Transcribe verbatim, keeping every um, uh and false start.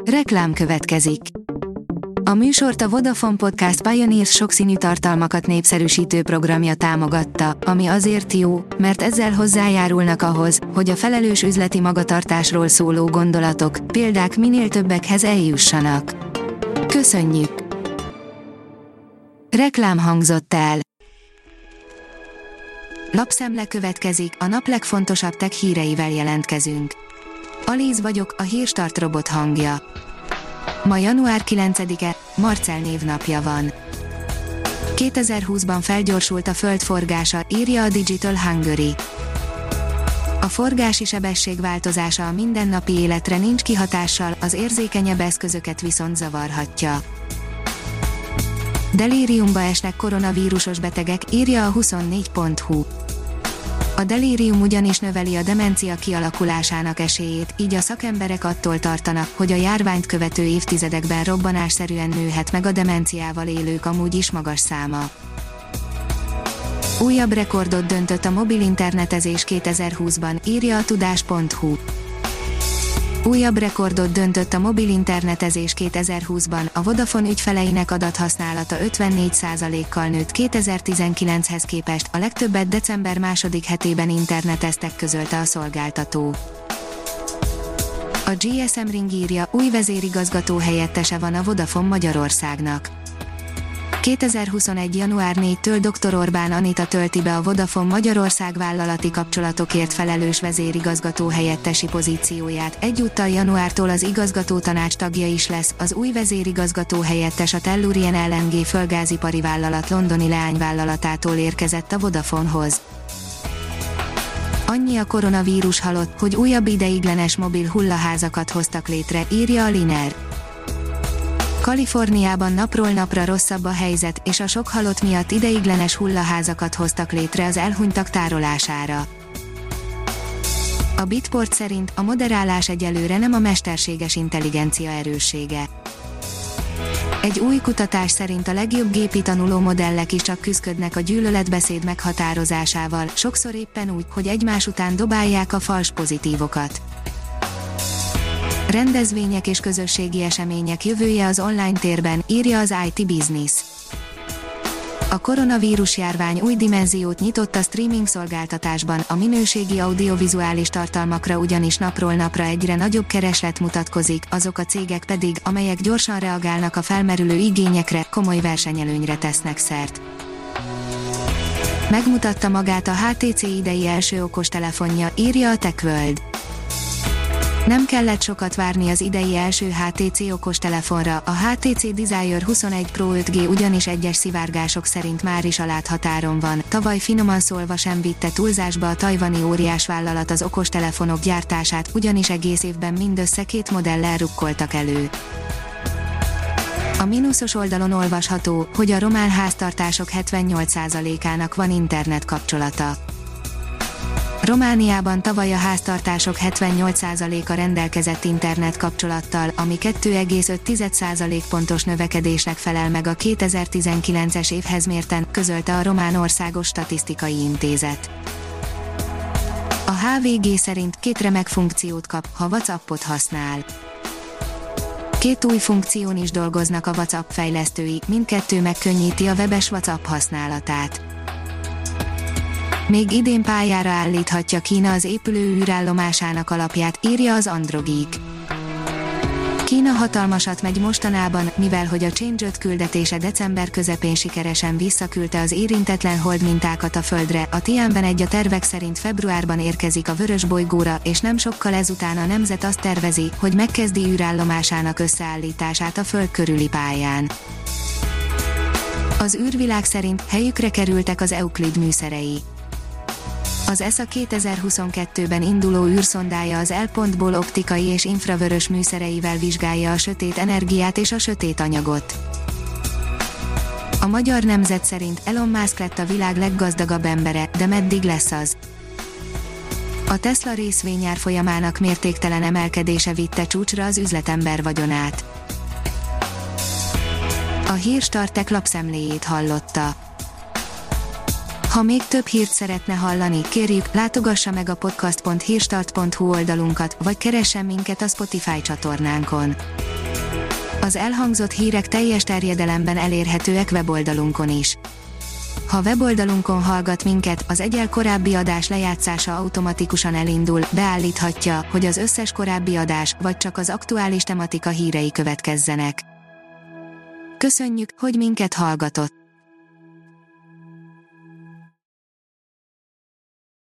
Reklám következik. A műsort a Vodafone Podcast Pioneers sokszínű tartalmakat népszerűsítő programja támogatta, ami azért jó, mert ezzel hozzájárulnak ahhoz, hogy a felelős üzleti magatartásról szóló gondolatok, példák minél többekhez eljussanak. Köszönjük! Reklám hangzott el. Lapszemle következik, a nap legfontosabb tech híreivel jelentkezünk. Alíz vagyok, a Hírstart robot hangja. Ma január kilencedike, Marcell névnapja van. kétezer-húszban felgyorsult a Föld forgása, írja a Digital Hungary. A forgási sebesség változása a mindennapi életre nincs kihatással, az érzékenyebb eszközöket viszont zavarhatja. Delíriumba esnek koronavírusos betegek, írja a huszonnégy pont hu. A delírium ugyanis növeli a demencia kialakulásának esélyét, így a szakemberek attól tartanak, hogy a járványt követő évtizedekben robbanásszerűen nőhet meg a demenciával élők amúgy is magas száma. Újabb rekordot döntött a mobil internetezés kétezer-húszban, írja a tudás pont hu. Újabb rekordot döntött a mobil internetezés kétezer-húszban, a Vodafone ügyfeleinek adathasználata ötvennégy százalékkal nőtt kétezer-tizenkilenchez képest, a legtöbbet december második hetében interneteztek, közölte a szolgáltató. A gé es em Ring írja, új vezérigazgató helyettese van a Vodafone Magyarországnak. kétezer-huszonegy. január negyedikétől doktor Orbán Anita tölti be a Vodafone Magyarország vállalati kapcsolatokért felelős vezérigazgató helyettesi pozícióját, egyúttal januártól az igazgatótanács tagja is lesz. Az új vezérigazgató helyettes a Tellurian el en gé földgázipari vállalat londoni leányvállalatától érkezett a Vodafonehoz. Annyi a koronavírus halott, hogy újabb ideiglenes mobil hullaházakat hoztak létre, írja a Liner. Kaliforniában napról napra rosszabb a helyzet, és a sok halott miatt ideiglenes hullaházakat hoztak létre az elhunytak tárolására. A Bitport szerint a moderálás egyelőre nem a mesterséges intelligencia erőssége. Egy új kutatás szerint a legjobb gépi tanuló modellek is csak küszködnek a gyűlöletbeszéd meghatározásával, sokszor éppen úgy, hogy egymás után dobálják a fals pozitívokat. Rendezvények és közösségi események jövője az online térben, írja az i té Business. A koronavírus járvány új dimenziót nyitott a streaming szolgáltatásban, a minőségi audiovizuális tartalmakra ugyanis napról napra egyre nagyobb kereslet mutatkozik, azok a cégek pedig, amelyek gyorsan reagálnak a felmerülő igényekre, komoly versenyelőnyre tesznek szert. Megmutatta magát a há té cé idei első okostelefonja, írja a TechWorld. Nem kellett sokat várni az idei első há té cé okostelefonra, a há té cé Desire huszonegy Pro öt G ugyanis egyes szivárgások szerint már is a láthatáron van. Tavaly finoman szólva sem vitte túlzásba a tajvani óriásvállalat az okostelefonok gyártását, ugyanis egész évben mindössze két modellel rukkoltak elő. A mínuszos oldalon olvasható, hogy a román háztartások hetvennyolc százalékának van internet kapcsolata. Romániában tavaly a háztartások hetvennyolc százaléka rendelkezett internet kapcsolattal, ami kettő egész öt százalék pontos növekedésnek felel meg a kétezer-tizenkilences évhez mérten, közölte a Román Országos Statisztikai Intézet. A há vé gé szerint két remek funkciót kap, ha WhatsAppot használ. Két új funkción is dolgoznak a WhatsApp fejlesztői, mindkettő megkönnyíti a webes WhatsApp használatát. Még idén pályára állíthatja Kína az épülő űrállomásának alapját, írja az Androgeek. Kína hatalmasat megy mostanában, mivel hogy a Change öt küldetése december közepén sikeresen visszaküldte az érintetlen holdmintákat a Földre, a Tianwen egy a tervek szerint februárban érkezik a vörös bolygóra, és nem sokkal ezután a nemzet azt tervezi, hogy megkezdi űrállomásának összeállítását a Föld körüli pályán. Az űrvilág szerint helyükre kerültek az Euclid műszerei. Az e es á kétezer-huszonkettőben induló űrszondája az L-pontból optikai és infravörös műszereivel vizsgálja a sötét energiát és a sötét anyagot. A Magyar Nemzet szerint Elon Musk lett a világ leggazdagabb embere, de meddig lesz az? A Tesla részvényárfolyamának mértéktelen emelkedése vitte csúcsra az üzletember vagyonát. A Hírstart Tech lapszemléjét hallotta. Ha még több hírt szeretne hallani, kérjük, látogassa meg a podcast pont hírstart pont hu oldalunkat, vagy keressen minket a Spotify csatornánkon. Az elhangzott hírek teljes terjedelemben elérhetőek weboldalunkon is. Ha weboldalunkon hallgat minket, az egyel korábbi adás lejátszása automatikusan elindul, beállíthatja, hogy az összes korábbi adás, vagy csak az aktuális tematika hírei következzenek. Köszönjük, hogy minket hallgatott!